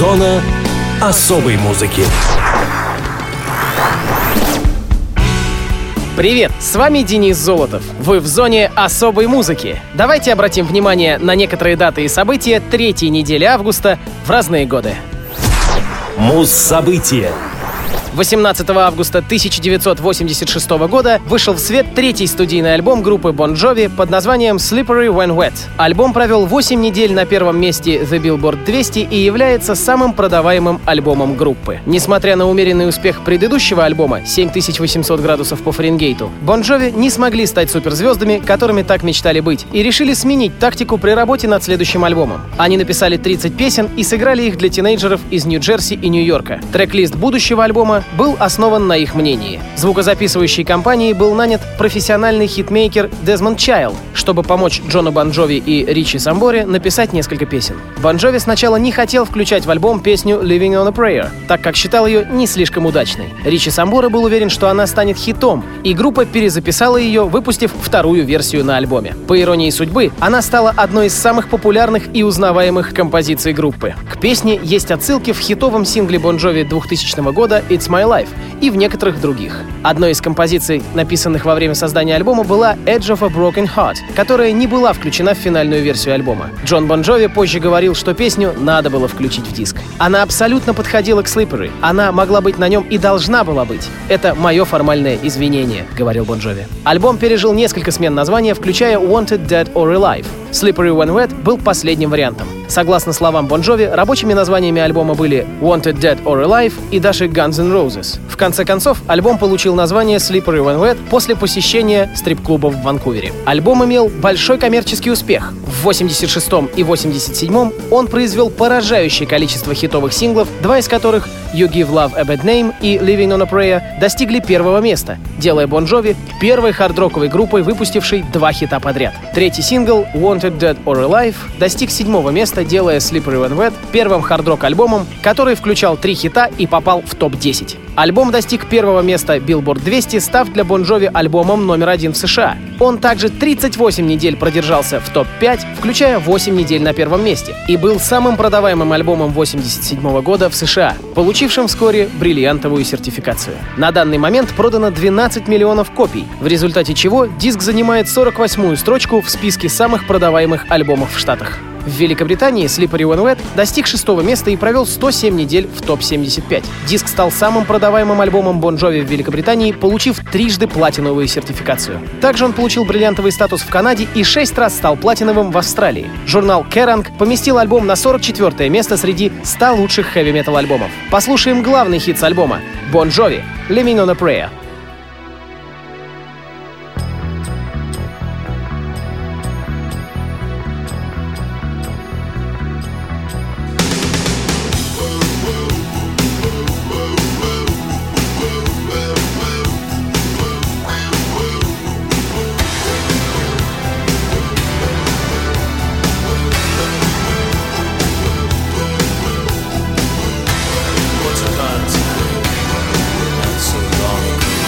Зона особой музыки. Привет, с вами Денис Золотов. Вы в зоне особой музыки. Давайте обратим внимание на некоторые даты и события третьей недели августа в разные годы. Муз-события. 18 августа 1986 года вышел в свет третий студийный альбом группы Bon Jovi под названием Slippery When Wet. Альбом провел 8 недель на первом месте The Billboard 200 и является самым продаваемым альбомом группы. Несмотря на умеренный успех предыдущего альбома 7800 градусов по Фаренгейту, Bon Jovi не смогли стать суперзвездами, которыми так мечтали быть, и решили сменить тактику при работе над следующим альбомом. Они написали 30 песен и сыграли их для тинейджеров из Нью-Джерси и Нью-Йорка. Трек-лист будущего альбома был основан на их мнении. Звукозаписывающей компанией был нанят профессиональный хитмейкер Дезмонд Чайлд, чтобы помочь Джону Bon Jovi и Ричи Самборе написать несколько песен. Bon Jovi сначала не хотел включать в альбом песню «Living on a Prayer», так как считал ее не слишком удачной. Ричи Самборе был уверен, что она станет хитом, и группа перезаписала ее, выпустив вторую версию на альбоме. По иронии судьбы, она стала одной из самых популярных и узнаваемых композиций группы. К песне есть отсылки в хитовом сингле Bon Jovi 2000 года «It's My Life» и в некоторых других. Одной из композиций, написанных во время создания альбома, была «Edge of a Broken Heart», которая не была включена в финальную версию альбома. Джон Bon Jovi позже говорил, что песню надо было включить в диск. Она абсолютно подходила к Slippery. Она могла быть на нем и должна была быть. Это мое формальное извинение, говорил Bon Jovi. Альбом пережил несколько смен названия, включая Wanted Dead or Alive. Slippery When Wet был последним вариантом. Согласно словам Bon Jovi, рабочими названиями альбома были Wanted Dead or Alive и даже Guns N' Roses. В конце концов, альбом получил название Slippery When Wet после посещения стрип-клубов в Ванкувере. Альбом имел большой коммерческий успех. В 86-м и 87-м он произвел поражающее количество хитовых синглов, два из которых You Give Love a Bad Name и Living on a Prayer достигли первого места, делая Bon Jovi первой хард-роковой группой, выпустившей два хита подряд. Третий сингл Wanted Dead or Alive достиг седьмого места, делая Slippery When Wet первым хард-рок альбомом, который включал 3 хита и попал в топ-10. Альбом достиг первого места Billboard 200, став для Bon Jovi альбомом номер 1 в США. Он также 38 недель продержался в топ-5, включая 8 недель на первом месте, и был самым продаваемым альбомом 87 года в США, получившим вскоре бриллиантовую сертификацию. На данный момент продано 12 миллионов копий, в результате чего диск занимает 48-ю строчку в списке самых продаваемых альбомов в Штатах. В Великобритании Slippery When Wet достиг 6-го места и провел 107 недель в топ-75. Диск стал самым продаваемым альбомом Bon Jovi в Великобритании, получив трижды платиновую сертификацию. Также он получил бриллиантовый статус в Канаде и 6 раз стал платиновым в Австралии. Журнал Kerrang поместил альбом на 44-е место среди 100 лучших хэви-метал альбомов. Послушаем главный хит с альбома — Bon Jovi «Living on a Prayer». Not so long ago.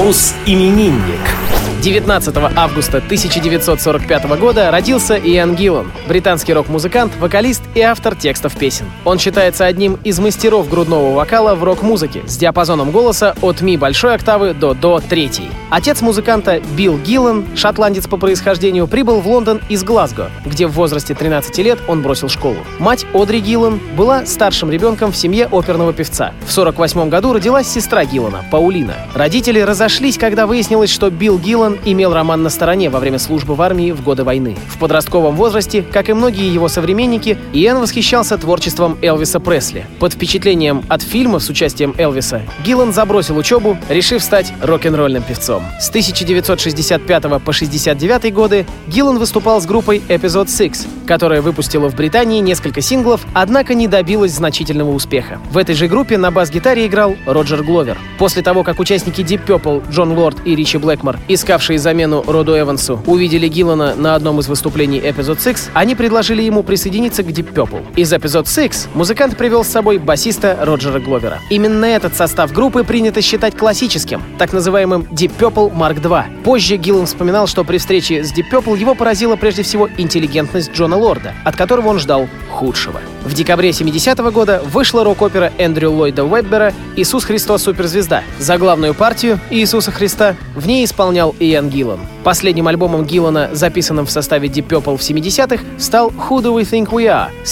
Соус-именинник. 19 августа 1945 года родился Иэн Гиллан, британский рок-музыкант, вокалист и автор текстов песен. Он считается одним из мастеров грудного вокала в рок-музыке с диапазоном голоса от ми большой октавы до до третьей. Отец музыканта Билл Гиллан, шотландец по происхождению, прибыл в Лондон из Глазго, где в возрасте 13 лет он бросил школу. Мать Одри Гиллан была старшим ребенком в семье оперного певца. В 1948 году родилась сестра Гиллана, Паулина. Родители разошлись, когда выяснилось, что Билл Гиллан имел роман на стороне во время службы в армии в годы войны. В подростковом возрасте, как и многие его современники, Иэн восхищался творчеством Элвиса Пресли. Под впечатлением от фильмов с участием Элвиса, Гиллан забросил учебу, решив стать рок-н-ролльным певцом. С 1965 по 1969 годы Гиллан выступал с группой Episode 6, которая выпустила в Британии несколько синглов, однако не добилась значительного успеха. В этой же группе на бас-гитаре играл Роджер Гловер. После того, как участники Deep Purple Джон Лорд и Ричи Блэкмор, искавшие замену Роду Эвансу, увидели Гиллана на одном из выступлений Episode 6, они предложили ему присоединиться к Deep Purple. Из Episode 6 музыкант привел с собой басиста Роджера Гловера. Именно этот состав группы принято считать классическим, так называемым Deep Purple Mark II. Позже Гиллан вспоминал, что при встрече с Deep Purple его поразила прежде всего интеллигентность Джона Лорда, от которого он ждал худшего. В декабре 1970 года вышла рок-опера Эндрю Ллойда Уэббера «Иисус Христос. Суперзвезда». За главную партию Иисуса Христа в ней исполнял Иэн Гиллан. Последним альбомом Гиллана, записанным в составе Deep Purple в 70-х, стал «Who Do We Think We Are?». С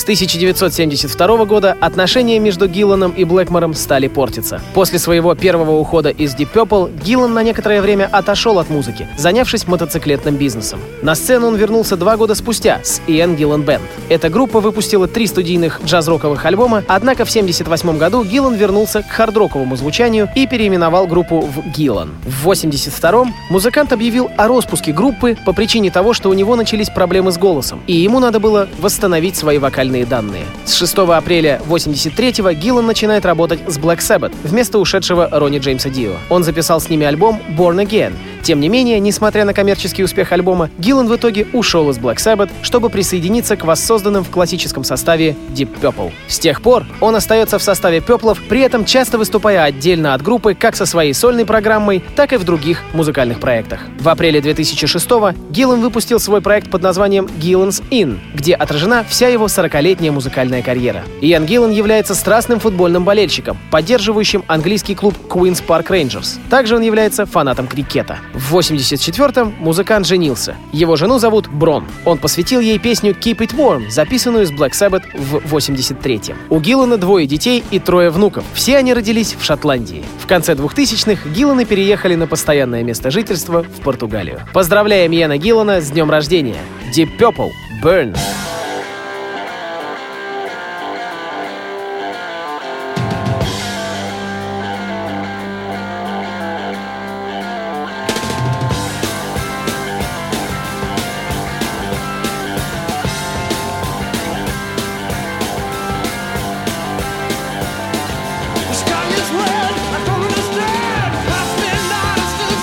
1972 года отношения между Гилланом и Блэкмором стали портиться. После своего первого ухода из Deep Purple Гиллан на некоторое время отошел от музыки, занявшись мотоциклетным бизнесом. На сцену он вернулся 2 года спустя с Иэн Гиллан Бэнд. Эта группа выпустила 3 студийных джаз-роковых альбома, однако в 1978 году Гиллан вернулся к хард-роковому звучанию и переименовал группу в Гиллан. В 1982-м музыкант объявил о распуске группы по причине того, что у него начались проблемы с голосом, и ему надо было восстановить свои вокальные данные. С 6 апреля 1983-го Гиллан начинает работать с Black Sabbath вместо ушедшего Ронни Джеймса Дио. Он записал с ними альбом Born Again. Тем не менее, несмотря на коммерческий успех альбома, Гиллан в итоге ушел из Black Sabbath, чтобы присоединиться к воссозданным в классическом составе Deep Purple. С тех пор он остается в составе Пеплов, при этом часто выступая отдельно от группы как со своей сольной программой, так и в других музыкальных проектах. В апреле 2006-го Гиллан выпустил свой проект под названием Gillan's Inn, где отражена вся его 40-летняя музыкальная карьера. Иэн Гиллан является страстным футбольным болельщиком, поддерживающим английский клуб Queen's Park Rangers. Также он является фанатом крикета. В 1984-м музыкант женился. Его жену зовут Брон. Он посвятил ей песню Keep It Warm, записанную с Black Sabbath в 1983-м. У Гиллана 2 детей и 3 внуков. Все они родились в Шотландии. В конце 2000-х Гилланы переехали на постоянное место жительства в Португалию. Поздравляем Иэна Гиллана с днем рождения! Deep Purple, Burn!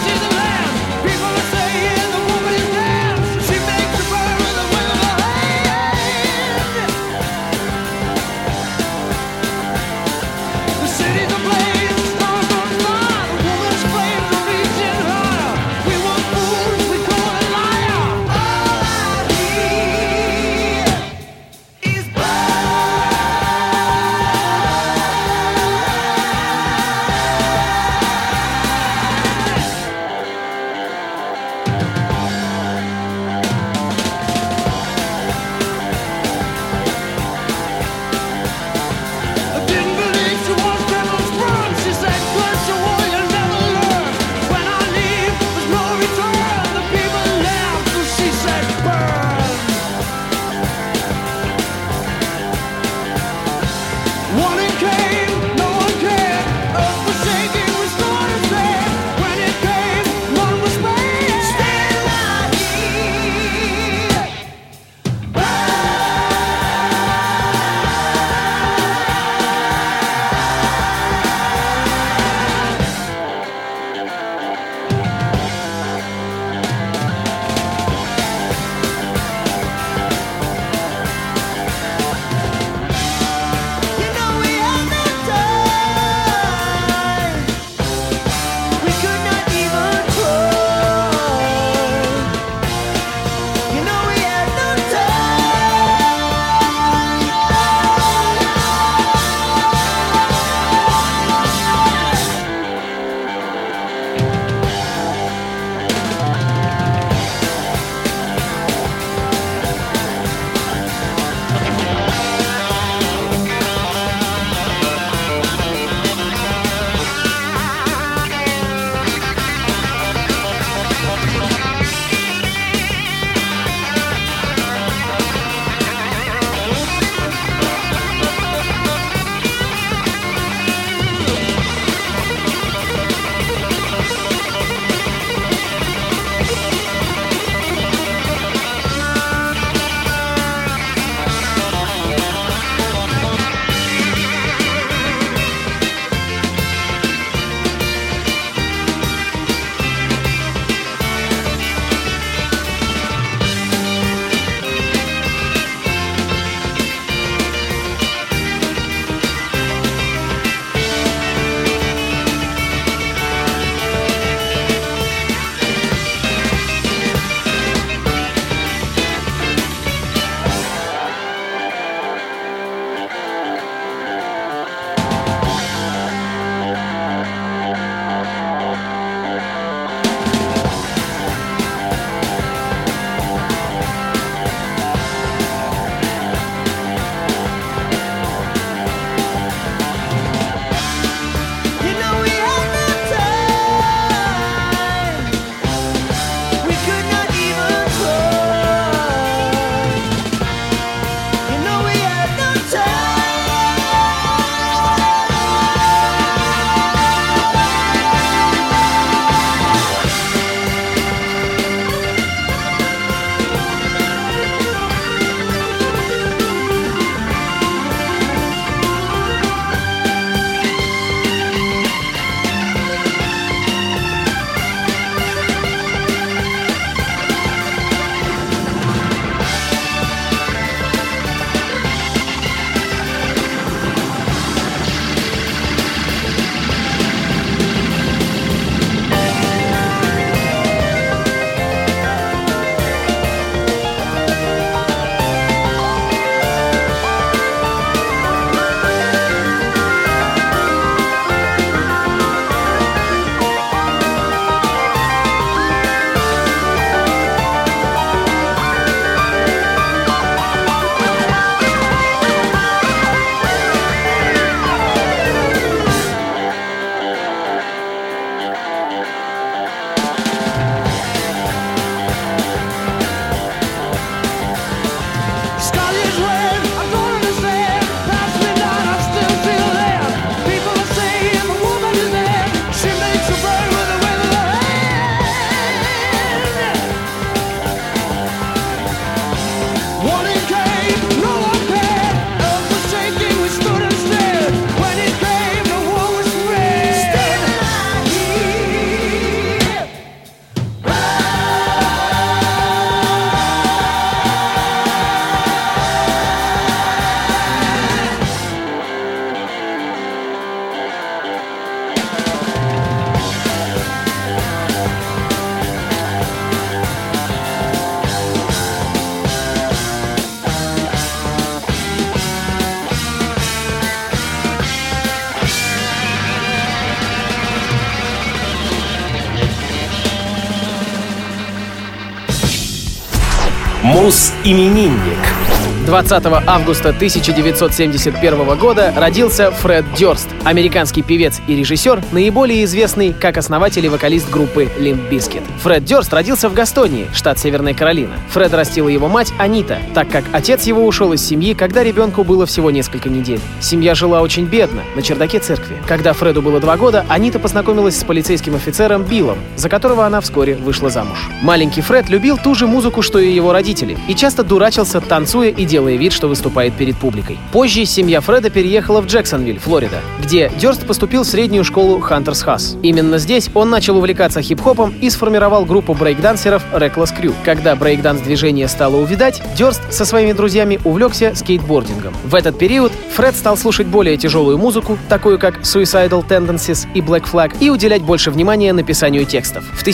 People are saying the woman is dead. She makes the bird with a will of a hand. Муз-именинник. 20 августа 1971 года родился Фред Дёрст, американский певец и режиссер, наиболее известный как основатель и вокалист группы Limp Bizkit. Фред Дёрст родился в Гастонии, штат Северная Каролина. Фреда растила его мать Анита, так как отец его ушел из семьи, когда ребенку было всего несколько недель. Семья жила очень бедно, на чердаке церкви. Когда Фреду было 2 года, Анита познакомилась с полицейским офицером Биллом, за которого она вскоре вышла замуж. Маленький Фред любил ту же музыку, что и его родители, и часто дурачился, танцуя и делая вид, что выступает перед публикой. Позже семья Фреда переехала в Джексонвиль, Флорида, где Дёрст поступил в среднюю школу Хантерс Хас. Именно здесь он начал увлекаться хип-хопом и сформировал группу брейкдансеров Reckless Crew. Когда брейкданс-движение стало увядать, Дёрст со своими друзьями увлекся скейтбордингом. В этот период Фред стал слушать более тяжелую музыку, такую как Suicidal Tendencies и Black Flag, и уделять больше внимания написанию текстов. В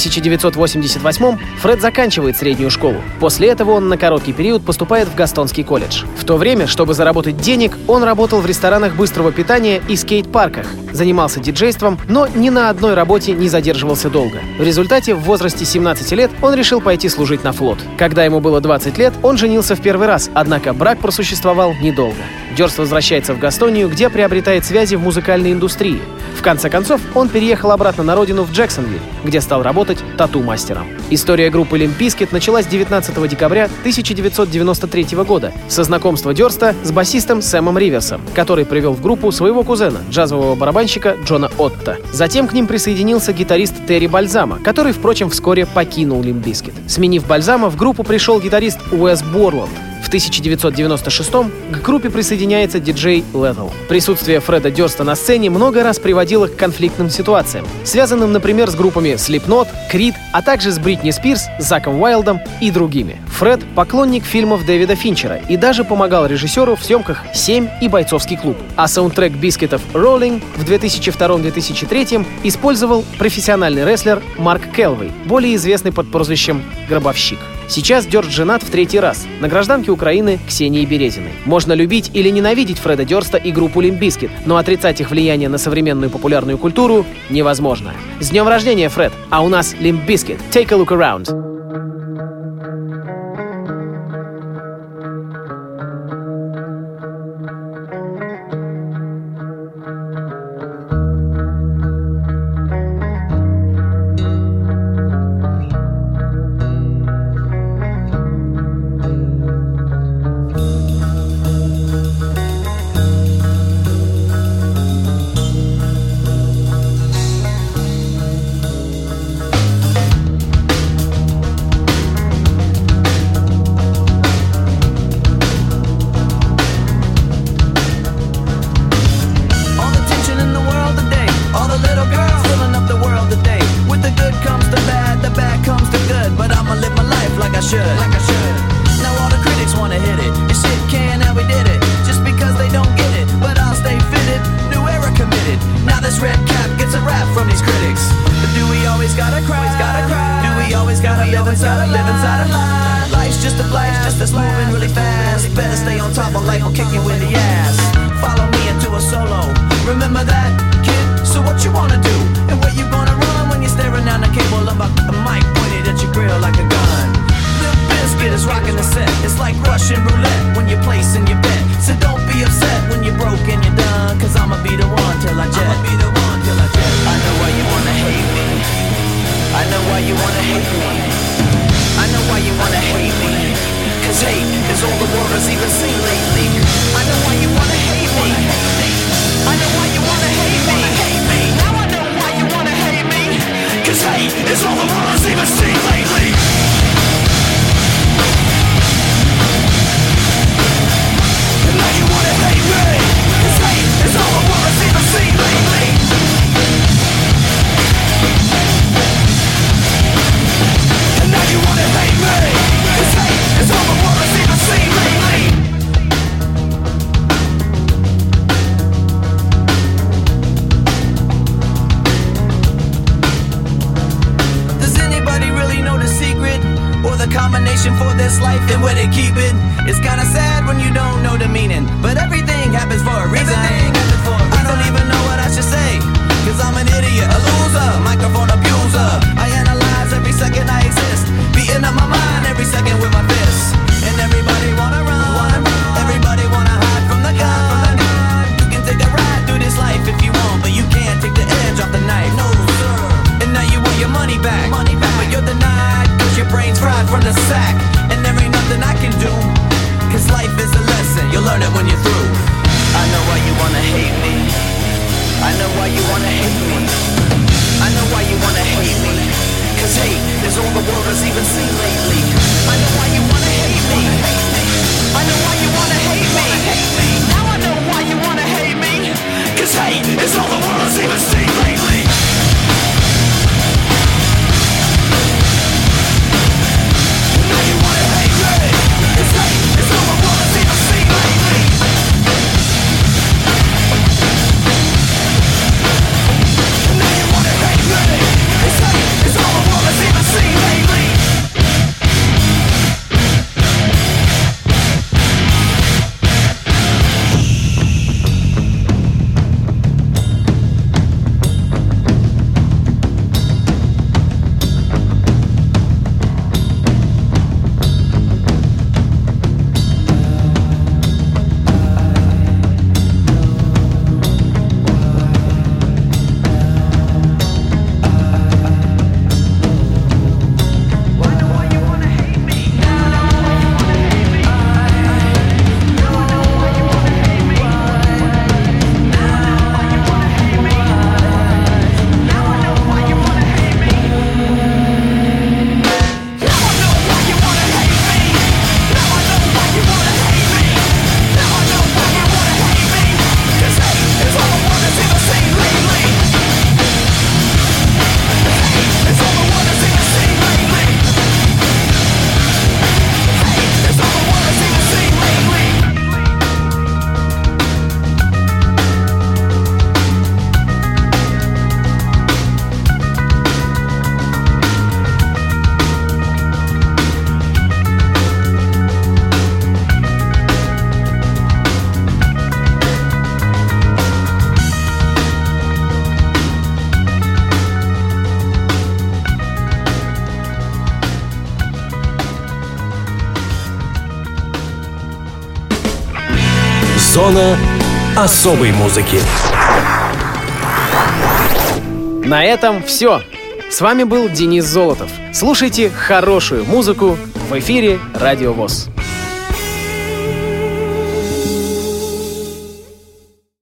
1988-м Фред заканчивает среднюю школу. После этого он на короткий период поступает в Гастонский колледж. В то время, чтобы заработать денег, он работал в ресторанах быстрого питания и скейт-парках, занимался диджейством, но ни на одной работе не задерживался долго. В результате, в возрасте 17 лет он решил пойти служить на флот. Когда ему было 20 лет, он женился в первый раз, однако брак просуществовал недолго. Дёрст возвращается в Гастонию, где приобретает связи в музыкальной индустрии. В конце концов, он переехал обратно на родину в Джексонвиль, где стал работать тату-мастером. История группы Limp Bizkit началась 19 декабря 1993 года со знакомства Дёрста с басистом Сэмом Риверсом, который привел в группу своего кузена, джазового барабанщика Джона Отто. Затем к ним присоединился гитарист Терри Бальзама, который, впрочем, вскоре покинул Limp Bizkit. Сменив Бальзама, в группу пришел гитарист Уэс Борланд. В 1996-м к группе присоединяется диджей Lethal. Присутствие Фреда Дёрста на сцене много раз приводило к конфликтным ситуациям, связанным, например, с группами Slipknot, Creed, а также с Бритни Спирс, Заком Уайлдом и другими. Фред — поклонник фильмов Дэвида Финчера и даже помогал режиссеру в съемках «7» и «Бойцовский клуб». А саундтрек Бискитов «Rolling» в 2002-2003 использовал профессиональный рестлер Марк Келвей, более известный под прозвищем «Гробовщик». Сейчас Дёрст женат в 3-й раз на гражданке Украины Ксении Березиной. Можно любить или ненавидеть Фреда Дёрста и группу Limp Bizkit, но отрицать их влияние на современную популярную культуру невозможно. С днем рождения, Фред! А у нас Limp Bizkit. Take a look around. Now all the critics wanna hit it. Your shit can and we did it. Just because they don't get it, but I'll stay fitted. New era committed. Now this red cap gets a rap from these critics. But do we always gotta cry? Do we always gotta live inside a lie? Life's just a blast, just that's moving really fast. Better stay on top of life or kick you in the ass. Follow me into a solo. Remember that, kid? So what you wanna do? And where you gonna run when you're staring down the cable of the mic pointed at your grill like a gun? Bizkit is rocking the set. It's like Russian roulette when you're placing your bet. So don't be upset when you're broke and you're done. Cause I'ma be the one till I jet. I know why you wanna hate me. I know why you wanna hate me. I know why you wanna hate me. Cause hate is all the world has even seen lately. I know why you wanna hate me. I know why you wanna hate me. Now I know why you wanna hate me. Cause hate is all the world has even seen lately. when you don't know the meaning, but everything happens for a reason. I don't even know what I should say, cause I'm an idiot, a loser, microphone abuser. I analyze every second I exist, beating up my mind every second with my fists. And everybody wanna run, everybody wanna hide from the gun. You can take a ride through this life if you want, but you can't take the edge off the knife. No, sir. And now you want your money back, but you're denied, cause your brain's fried from the sack. And there ain't nothing I can do, cause life is a lesson, you'll learn it when you're through. I know why you wanna hate me, I know why you wanna hate me, I know why you wanna hate me, cause hate is all the world has even seen lately. I know why you wanna hate me, I know why you wanna hate me, now I know why you wanna hate me, cause hate is all the world has even seen lately. Now you wanna hate me, cause hate is all the world has even seen lately. Now you wanna hate me, cause hate is all the world has even seen lately. Зона особой музыки. На этом все. С вами был Денис Золотов. Слушайте хорошую музыку в эфире Радио ВОС.